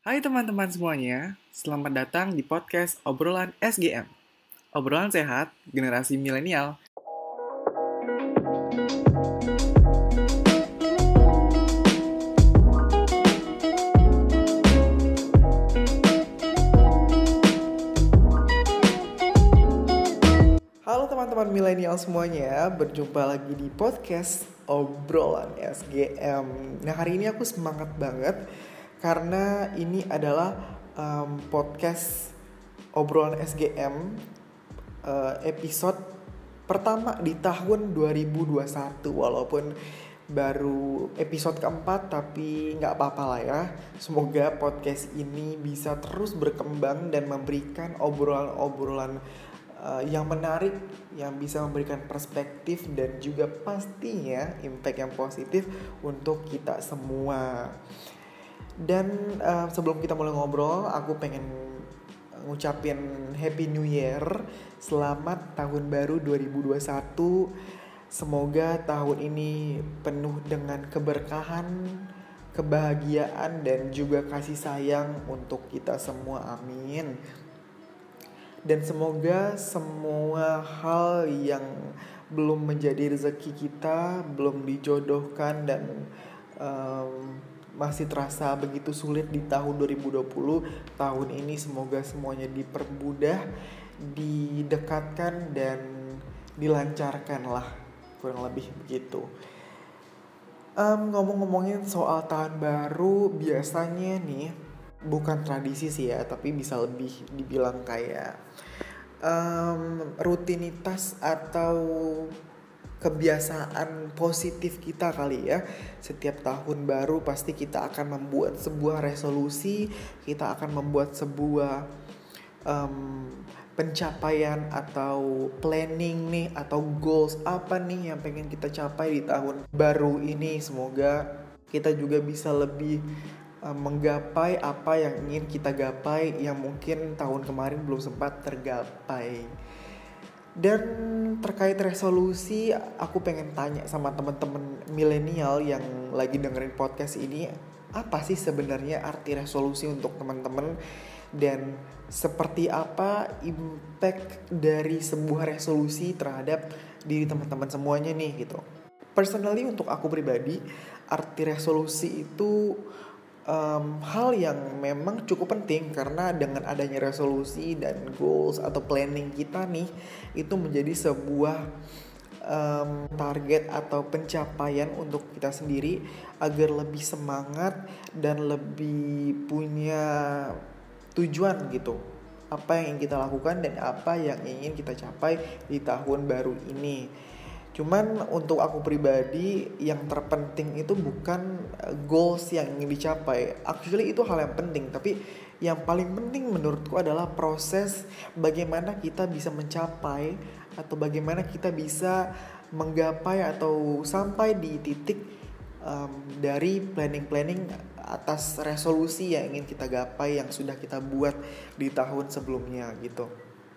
Hai teman-teman semuanya, selamat datang di podcast Obrolan SGM. Obrolan sehat, generasi milenial. Halo teman-teman milenial semuanya, berjumpa lagi di podcast Obrolan SGM. Nah, hari ini aku semangat banget karena ini adalah podcast Obrolan SGM episode pertama di tahun 2021. Walaupun baru episode keempat, tapi nggak apa-apa lah ya. Semoga podcast ini bisa terus berkembang dan memberikan obrolan-obrolan yang menarik, yang bisa memberikan perspektif dan juga pastinya impact yang positif untuk kita semua. Dan sebelum kita mulai ngobrol, aku pengen ngucapin Happy New Year. Selamat tahun baru 2021. Semoga tahun ini penuh dengan keberkahan, kebahagiaan dan juga kasih sayang untuk kita semua. Amin. Dan semoga semua hal yang belum menjadi rezeki kita, belum dijodohkan dan masih terasa begitu sulit di tahun 2020, tahun ini semoga semuanya dipermudah, didekatkan dan dilancarkan lah, kurang lebih begitu. Ngomong-ngomongin soal tahun baru, biasanya nih bukan tradisi sih ya, tapi bisa lebih dibilang kayak rutinitas atau kebiasaan positif kita kali ya. Setiap tahun baru pasti kita akan membuat sebuah resolusi, kita akan membuat sebuah pencapaian atau planning nih, atau goals apa nih yang pengen kita capai di tahun baru ini. Semoga kita juga bisa lebih menggapai apa yang ingin kita gapai yang mungkin tahun kemarin belum sempat tergapai. Dan terkait resolusi, aku pengen tanya sama teman-teman milenial yang lagi dengerin podcast ini, apa sih sebenarnya arti resolusi untuk teman-teman dan seperti apa impact dari sebuah resolusi terhadap diri teman-teman semuanya nih gitu. Personally untuk aku pribadi, arti resolusi itu hal yang memang cukup penting, karena dengan adanya resolusi dan goals atau planning kita nih, itu menjadi sebuah target atau pencapaian untuk kita sendiri agar lebih semangat dan lebih punya tujuan gitu, apa yang ingin kita lakukan dan apa yang ingin kita capai di tahun baru ini. Cuman untuk aku pribadi, yang terpenting itu bukan goals yang ingin dicapai. Actually itu hal yang penting, tapi yang paling penting menurutku adalah proses bagaimana kita bisa mencapai atau bagaimana kita bisa menggapai atau sampai di titik dari planning atas resolusi yang ingin kita gapai, yang sudah kita buat di tahun sebelumnya gitu.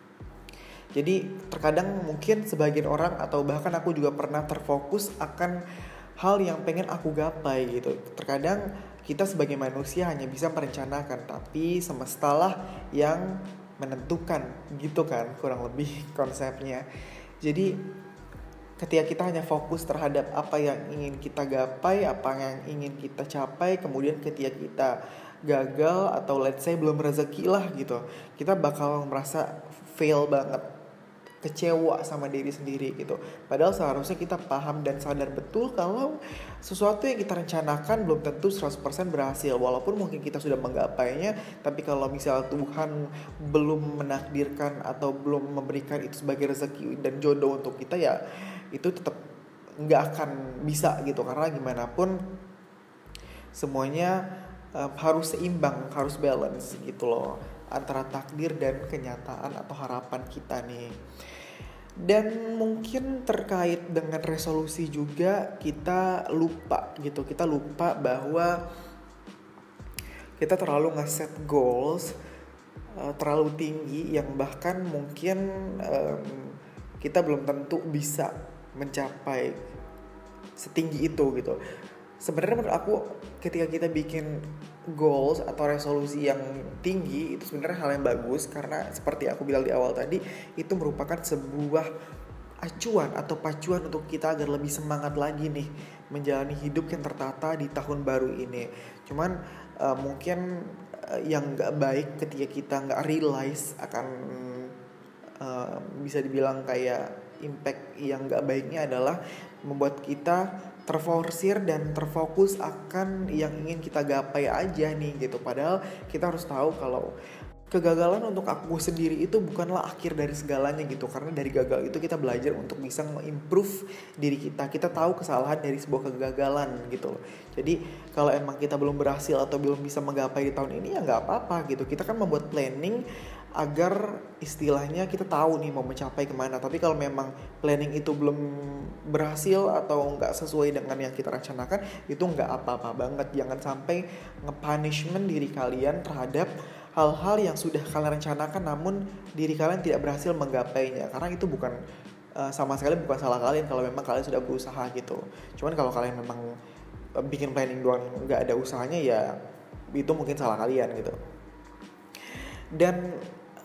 Jadi terkadang mungkin sebagian orang atau bahkan aku juga pernah terfokus akan hal yang pengen aku gapai gitu. Terkadang kita sebagai manusia hanya bisa merencanakan, tapi semestalah yang menentukan gitu kan, kurang lebih konsepnya. Jadi ketika kita hanya fokus terhadap apa yang ingin kita gapai, apa yang ingin kita capai, kemudian ketika kita gagal atau let's say belum rezeki lah gitu, kita bakal merasa fail banget, kecewa sama diri sendiri gitu. Padahal seharusnya kita paham dan sadar betul kalau sesuatu yang kita rencanakan belum tentu 100% berhasil. Walaupun mungkin kita sudah menggapainya, tapi kalau misal Tuhan belum menakdirkan atau belum memberikan itu sebagai rezeki dan jodoh untuk kita, ya itu tetap nggak akan bisa gitu. Karena gimana pun semuanya harus seimbang, harus balance gitu loh, antara takdir dan kenyataan atau harapan kita nih. Dan mungkin terkait dengan resolusi juga kita lupa gitu. Kita lupa bahwa kita terlalu nge-set goals terlalu tinggi, yang bahkan mungkin kita belum tentu bisa mencapai setinggi itu gitu. sebenarnya menurut aku ketika kita bikin goals atau resolusi yang tinggi itu sebenarnya hal yang bagus, karena seperti aku bilang di awal tadi, itu merupakan sebuah acuan atau pacuan untuk kita agar lebih semangat lagi nih menjalani hidup yang tertata di tahun baru ini. Cuman mungkin yang nggak baik ketika kita nggak realize akan bisa dibilang kayak impact yang nggak baiknya adalah membuat kita terforsir dan terfokus akan yang ingin kita gapai aja nih gitu. Padahal kita harus tahu kalau kegagalan untuk aku sendiri itu bukanlah akhir dari segalanya gitu. Karena dari gagal itu kita belajar untuk bisa improve diri kita. Kita tahu kesalahan dari sebuah kegagalan gitu loh. Jadi kalau emang kita belum berhasil atau belum bisa menggapai di tahun ini ya nggak apa-apa gitu. Kita kan membuat planning agar istilahnya kita tahu nih mau mencapai kemana. Tapi kalau memang planning itu belum berhasil atau nggak sesuai dengan yang kita rencanakan, itu nggak apa-apa banget. Jangan sampai nge-punishment diri kalian terhadap hal-hal yang sudah kalian rencanakan namun diri kalian tidak berhasil menggapainya. Karena itu bukan sama sekali bukan salah kalian kalau memang kalian sudah berusaha gitu. Cuman kalau kalian memang bikin planning doang nggak ada usahanya, ya itu mungkin salah kalian gitu. Dan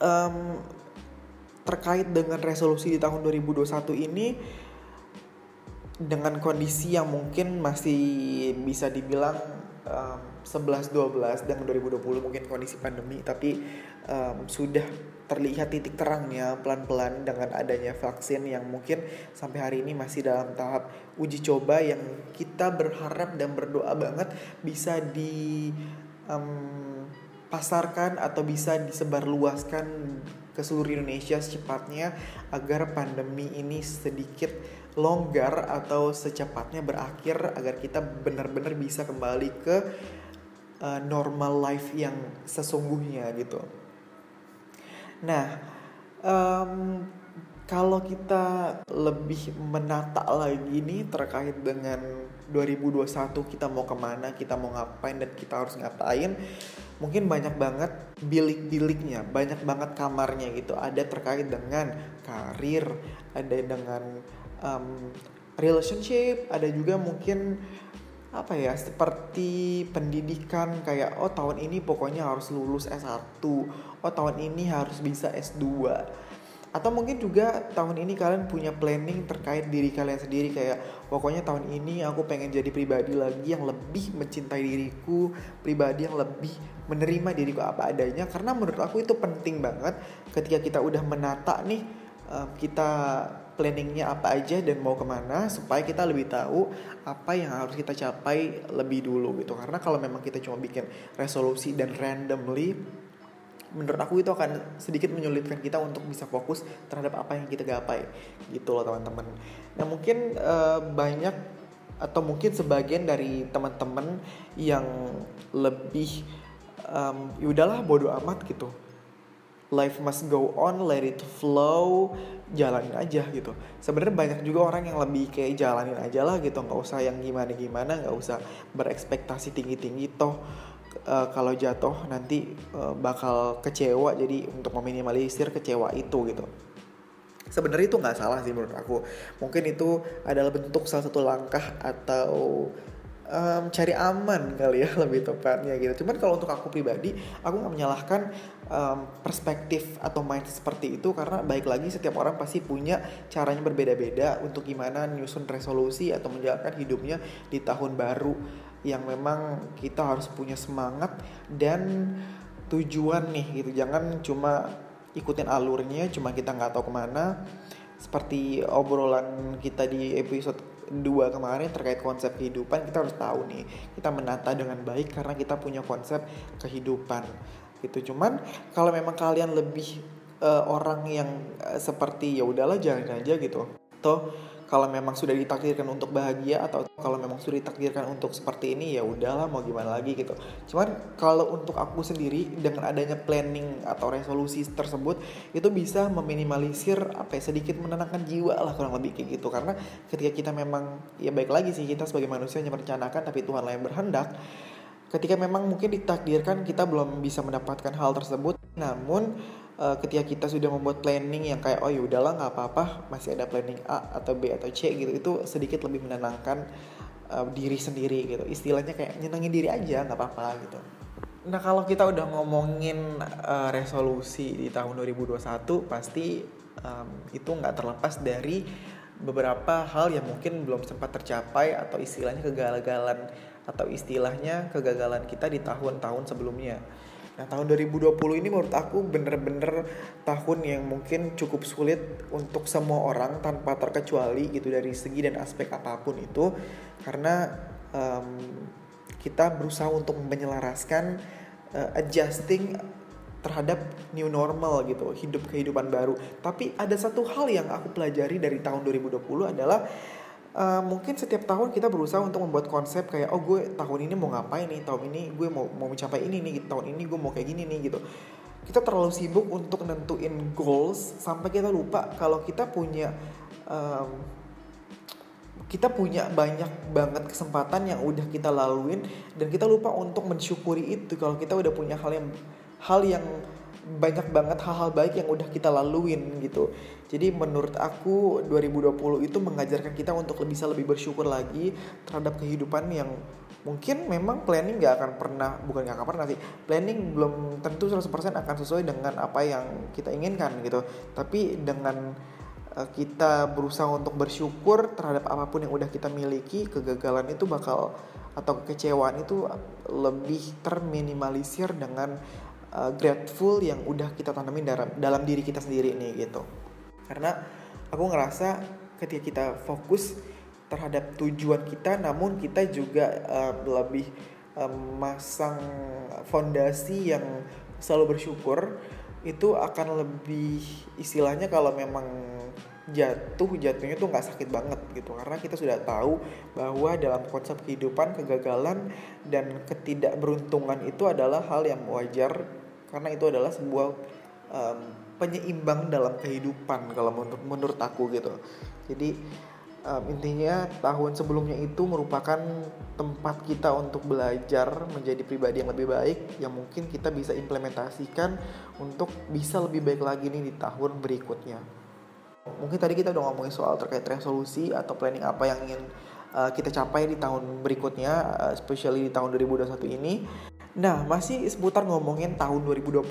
terkait dengan resolusi di tahun 2021 ini, dengan kondisi yang mungkin masih bisa dibilang 11-12 dengan 2020 mungkin kondisi pandemi, tapi sudah terlihat titik terangnya pelan-pelan dengan adanya vaksin yang mungkin sampai hari ini masih dalam tahap uji coba, yang kita berharap dan berdoa banget bisa pasarkan atau bisa disebarluaskan ke seluruh Indonesia secepatnya agar pandemi ini sedikit longgar atau secepatnya berakhir, agar kita benar-benar bisa kembali ke normal life yang sesungguhnya gitu. Nah, kalau kita lebih menata lagi nih terkait dengan 2021 kita mau kemana, kita mau ngapain, dan kita harus ngapain, mungkin banyak banget bilik-biliknya, banyak banget kamarnya gitu. Ada terkait dengan karir, ada dengan relationship, ada juga mungkin seperti pendidikan, kayak tahun ini pokoknya harus lulus S1, tahun ini harus bisa S2. Atau mungkin juga tahun ini kalian punya planning terkait diri kalian sendiri, kayak pokoknya tahun ini aku pengen jadi pribadi lagi yang lebih mencintai diriku, pribadi yang lebih menerima diriku apa adanya. Karena menurut aku itu penting banget ketika kita udah menata nih, kita planningnya apa aja dan mau kemana, supaya kita lebih tahu apa yang harus kita capai lebih dulu gitu. Karena kalau memang kita cuma bikin resolusi dan randomly, menurut aku itu akan sedikit menyulitkan kita untuk bisa fokus terhadap apa yang kita gapai gitu loh teman-teman. Nah mungkin banyak atau mungkin sebagian dari teman-teman yang lebih yaudahlah bodo amat gitu, life must go on, let it flow, jalanin aja gitu. Sebenarnya banyak juga orang yang lebih kayak jalanin aja lah gitu, nggak usah yang gimana-gimana, nggak usah berekspektasi tinggi-tinggi, toh kalau jatuh nanti bakal kecewa. Jadi untuk meminimalisir kecewa itu gitu. Sebenarnya itu nggak salah sih menurut aku. Mungkin itu adalah bentuk salah satu langkah atau cari aman kali ya lebih tepatnya gitu. Cuman kalau untuk aku pribadi, aku nggak menyalahkan perspektif atau mindset seperti itu, karena baik lagi setiap orang pasti punya caranya berbeda-beda untuk gimana nyusun resolusi atau menjalankan hidupnya di tahun baru, yang memang kita harus punya semangat dan tujuan nih gitu. Jangan cuma ikutin alurnya, cuma kita nggak tahu kemana. Seperti obrolan kita di episode 2 kemarin terkait konsep kehidupan, kita harus tahu nih kita menata dengan baik karena kita punya konsep kehidupan gitu. Cuman kalau memang kalian lebih orang yang seperti ya udahlah jalanin aja gitu, toh kalau memang sudah ditakdirkan untuk bahagia atau kalau memang sudah ditakdirkan untuk seperti ini, ya udahlah mau gimana lagi gitu. Cuman kalau untuk aku sendiri, dengan adanya planning atau resolusi tersebut, itu bisa meminimalisir sedikit menenangkan jiwa lah, kurang lebih kayak gitu. Karena ketika kita memang, ya baik lagi sih, kita sebagai manusia yang merencanakan tapi Tuhan lah yang berhendak. Ketika memang mungkin ditakdirkan kita belum bisa mendapatkan hal tersebut, namun ketika kita sudah membuat planning yang kayak ya udahlah nggak apa-apa, masih ada planning A atau B atau C gitu, itu sedikit lebih menenangkan diri sendiri gitu. Istilahnya kayak nyenengin diri aja, nggak apa-apa gitu. Nah, kalau kita udah ngomongin resolusi di tahun 2021, pasti itu nggak terlepas dari beberapa hal yang mungkin belum sempat tercapai, atau istilahnya kegagalan kita di tahun-tahun sebelumnya. Nah, tahun 2020 ini menurut aku bener-bener tahun yang mungkin cukup sulit untuk semua orang tanpa terkecuali gitu, dari segi dan aspek apapun itu, karena kita berusaha untuk menyelaraskan adjusting terhadap new normal gitu, hidup kehidupan baru. Tapi ada satu hal yang aku pelajari dari tahun 2020 adalah mungkin setiap tahun kita berusaha untuk membuat konsep kayak, oh gue tahun ini mau ngapain nih, tahun ini gue mau mencapai ini nih, tahun ini gue mau kayak gini nih gitu. Kita terlalu sibuk untuk nentuin goals sampai kita lupa kalau kita punya banyak banget kesempatan yang udah kita laluin, dan kita lupa untuk mensyukuri itu kalau kita udah punya hal yang banyak banget hal-hal baik yang udah kita laluin gitu. Jadi menurut aku 2020 itu mengajarkan kita untuk bisa lebih bersyukur lagi terhadap kehidupan yang mungkin memang planning planning belum tentu 100% akan sesuai dengan apa yang kita inginkan gitu. Tapi dengan kita berusaha untuk bersyukur terhadap apapun yang udah kita miliki, kegagalan itu atau kekecewaan itu lebih terminimalisir dengan grateful yang udah kita tanamin dalam diri kita sendiri nih gitu. Karena aku ngerasa ketika kita fokus terhadap tujuan kita, namun kita juga lebih masang fondasi yang selalu bersyukur, itu akan lebih, istilahnya kalau memang jatuhnya tuh nggak sakit banget gitu. Karena kita sudah tahu bahwa dalam konsep kehidupan, kegagalan dan ketidakberuntungan itu adalah hal yang wajar, karena itu adalah sebuah penyeimbang dalam kehidupan kalau menurut aku gitu. Jadi intinya tahun sebelumnya itu merupakan tempat kita untuk belajar menjadi pribadi yang lebih baik, yang mungkin kita bisa implementasikan untuk bisa lebih baik lagi nih di tahun berikutnya. Mungkin tadi kita udah ngomongin soal terkait resolusi atau planning apa yang ingin kita capai di tahun berikutnya, especially di tahun 2021 ini. Nah, masih seputar ngomongin tahun 2020,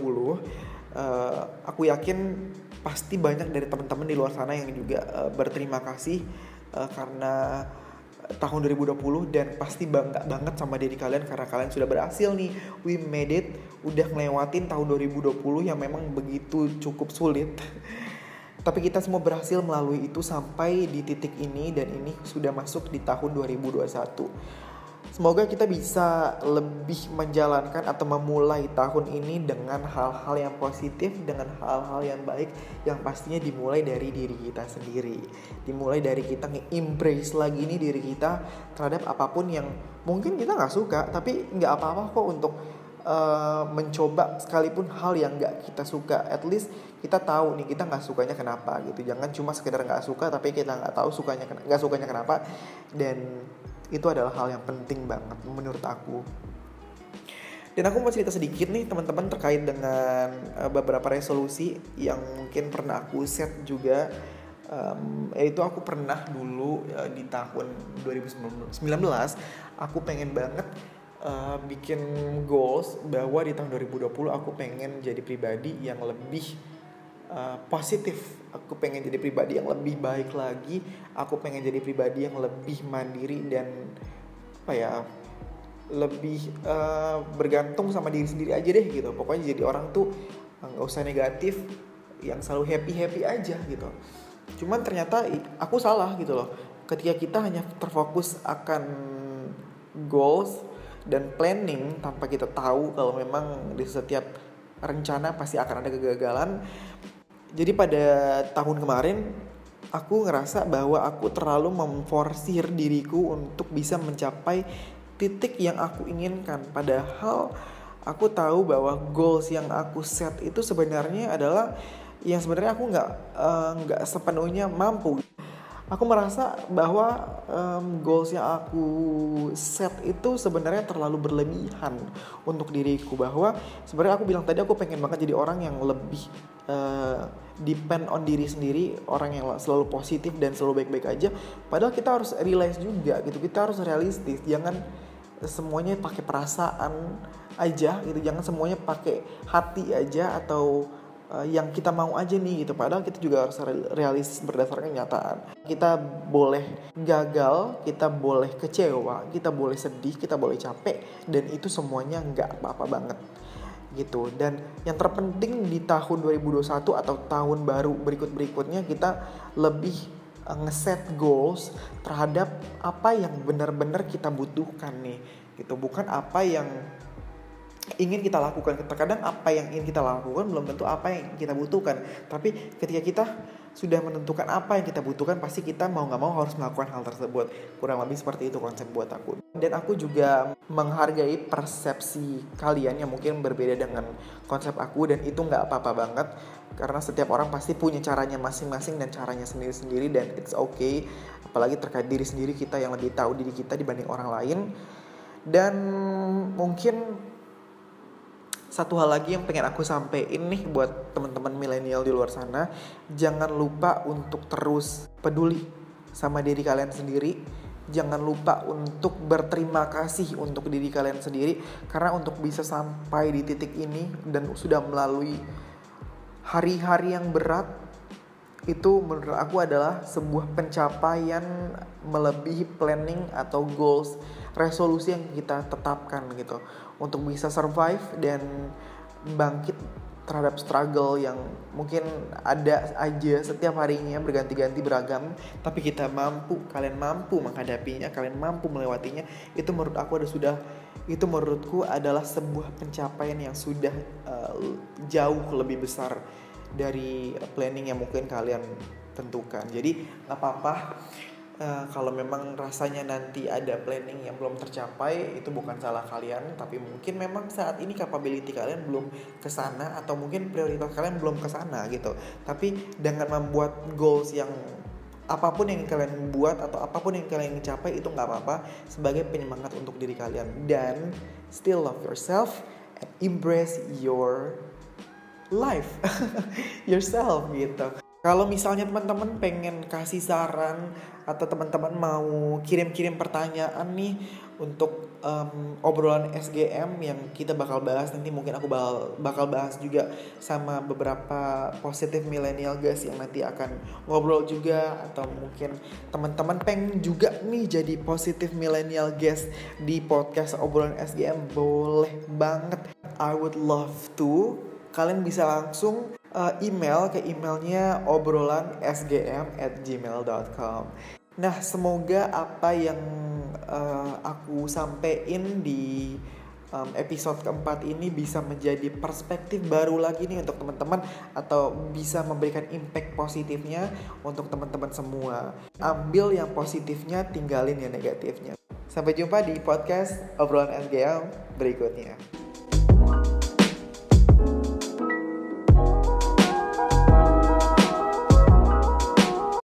aku yakin pasti banyak dari teman-teman di luar sana yang juga berterima kasih karena tahun 2020, dan pasti bangga banget sama diri kalian karena kalian sudah berhasil nih, we made it, udah ngelewatin tahun 2020 yang memang begitu cukup sulit. Tapi kita semua berhasil melalui itu sampai di titik ini, dan ini sudah masuk di tahun 2021. Semoga kita bisa lebih menjalankan atau memulai tahun ini dengan hal-hal yang positif, dengan hal-hal yang baik, yang pastinya dimulai dari diri kita sendiri. Dimulai dari kita nge-embrace lagi nih diri kita terhadap apapun yang mungkin kita gak suka, tapi gak apa-apa kok untuk mencoba sekalipun hal yang gak kita suka. At least kita tahu nih kita gak sukanya kenapa gitu. Jangan cuma sekedar gak suka tapi kita gak tahu gak sukanya kenapa. Dan itu adalah hal yang penting banget menurut aku. Dan aku mau cerita sedikit nih teman-teman terkait dengan beberapa resolusi yang mungkin pernah aku set juga. Yaitu aku pernah dulu di tahun 2019 aku pengen banget bikin goals bahwa di tahun 2020 aku pengen jadi pribadi yang lebih positif. Aku pengen jadi pribadi yang lebih baik lagi. Aku pengen jadi pribadi yang lebih mandiri dan lebih bergantung sama diri sendiri aja deh gitu. Pokoknya jadi orang tuh gak usah negatif, yang selalu happy aja gitu. Cuman ternyata aku salah gitu loh. Ketika kita hanya terfokus akan goals dan planning tanpa kita tahu kalau memang di setiap rencana pasti akan ada kegagalan. Jadi pada tahun kemarin aku ngerasa bahwa aku terlalu memforsir diriku untuk bisa mencapai titik yang aku inginkan. Padahal aku tahu bahwa goals yang aku set itu sebenarnya adalah yang sebenarnya aku nggak sepenuhnya mampu. aku merasa bahwa goals yang aku set itu sebenarnya terlalu berlebihan untuk diriku. Bahwa sebenarnya aku bilang tadi, aku pengen banget jadi orang yang lebih depend on diri sendiri, orang yang selalu positif dan selalu baik-baik aja. Padahal kita harus realize juga gitu, kita harus realistis, jangan semuanya pakai perasaan aja gitu, jangan semuanya pakai hati aja atau yang kita mau aja nih gitu. Padahal kita juga harus realistis berdasarkan kenyataan. Kita boleh gagal, kita boleh kecewa, kita boleh sedih, kita boleh capek, dan itu semuanya nggak apa-apa banget gitu. Dan yang terpenting di tahun 2021 atau tahun baru berikutnya, kita lebih ngeset goals terhadap apa yang benar-benar kita butuhkan nih gitu, bukan apa yang ingin kita lakukan. Terkadang apa yang ingin kita lakukan belum tentu apa yang kita butuhkan. Tapi ketika kita sudah menentukan apa yang kita butuhkan, pasti kita mau gak mau harus melakukan hal tersebut. Kurang lebih seperti itu konsep buat aku. Dan aku juga menghargai persepsi kalian yang mungkin berbeda dengan konsep aku, dan itu gak apa-apa banget. Karena setiap orang pasti punya caranya masing-masing dan caranya sendiri-sendiri, dan it's okay. Apalagi terkait diri sendiri, kita yang lebih tahu diri kita dibanding orang lain. Dan mungkin satu hal lagi yang pengen aku sampein nih buat teman-teman milenial di luar sana, jangan lupa untuk terus peduli sama diri kalian sendiri. Jangan lupa untuk berterima kasih untuk diri kalian sendiri, karena untuk bisa sampai di titik ini dan sudah melalui hari-hari yang berat, itu menurut aku adalah sebuah pencapaian melebihi planning atau goals, resolusi yang kita tetapkan gitu, untuk bisa survive dan bangkit terhadap struggle yang mungkin ada aja setiap harinya, berganti-ganti, beragam, tapi kalian mampu menghadapinya, kalian mampu melewatinya. Itu menurut aku itu menurutku adalah sebuah pencapaian yang sudah jauh lebih besar dari planning yang mungkin kalian tentukan. Jadi gak apa-apa kalau memang rasanya nanti ada planning yang belum tercapai, itu bukan salah kalian, tapi mungkin memang saat ini capability kalian belum kesana, atau mungkin prioritas kalian belum kesana gitu. Tapi dengan membuat goals yang apapun yang kalian buat atau apapun yang kalian capai, itu gak apa-apa, sebagai penyemangat untuk diri kalian. Dan still love yourself and embrace your life yourself gitu. Kalau misalnya teman-teman pengen kasih saran atau teman-teman mau kirim-kirim pertanyaan nih untuk obrolan SGM yang kita bakal bahas nanti, mungkin aku bakal bahas juga sama beberapa positif millennial guys yang nanti akan ngobrol juga, atau mungkin teman-teman pengen juga nih jadi positif millennial guys di podcast obrolan SGM, boleh banget. I would love to. Kalian bisa langsung email ke emailnya obrolansgm@gmail.com. Nah, semoga apa yang aku sampein di episode keempat ini bisa menjadi perspektif baru lagi nih untuk teman-teman, atau bisa memberikan impact positifnya untuk teman-teman semua. Ambil yang positifnya, tinggalin yang negatifnya. Sampai jumpa di podcast obrolan SGM berikutnya.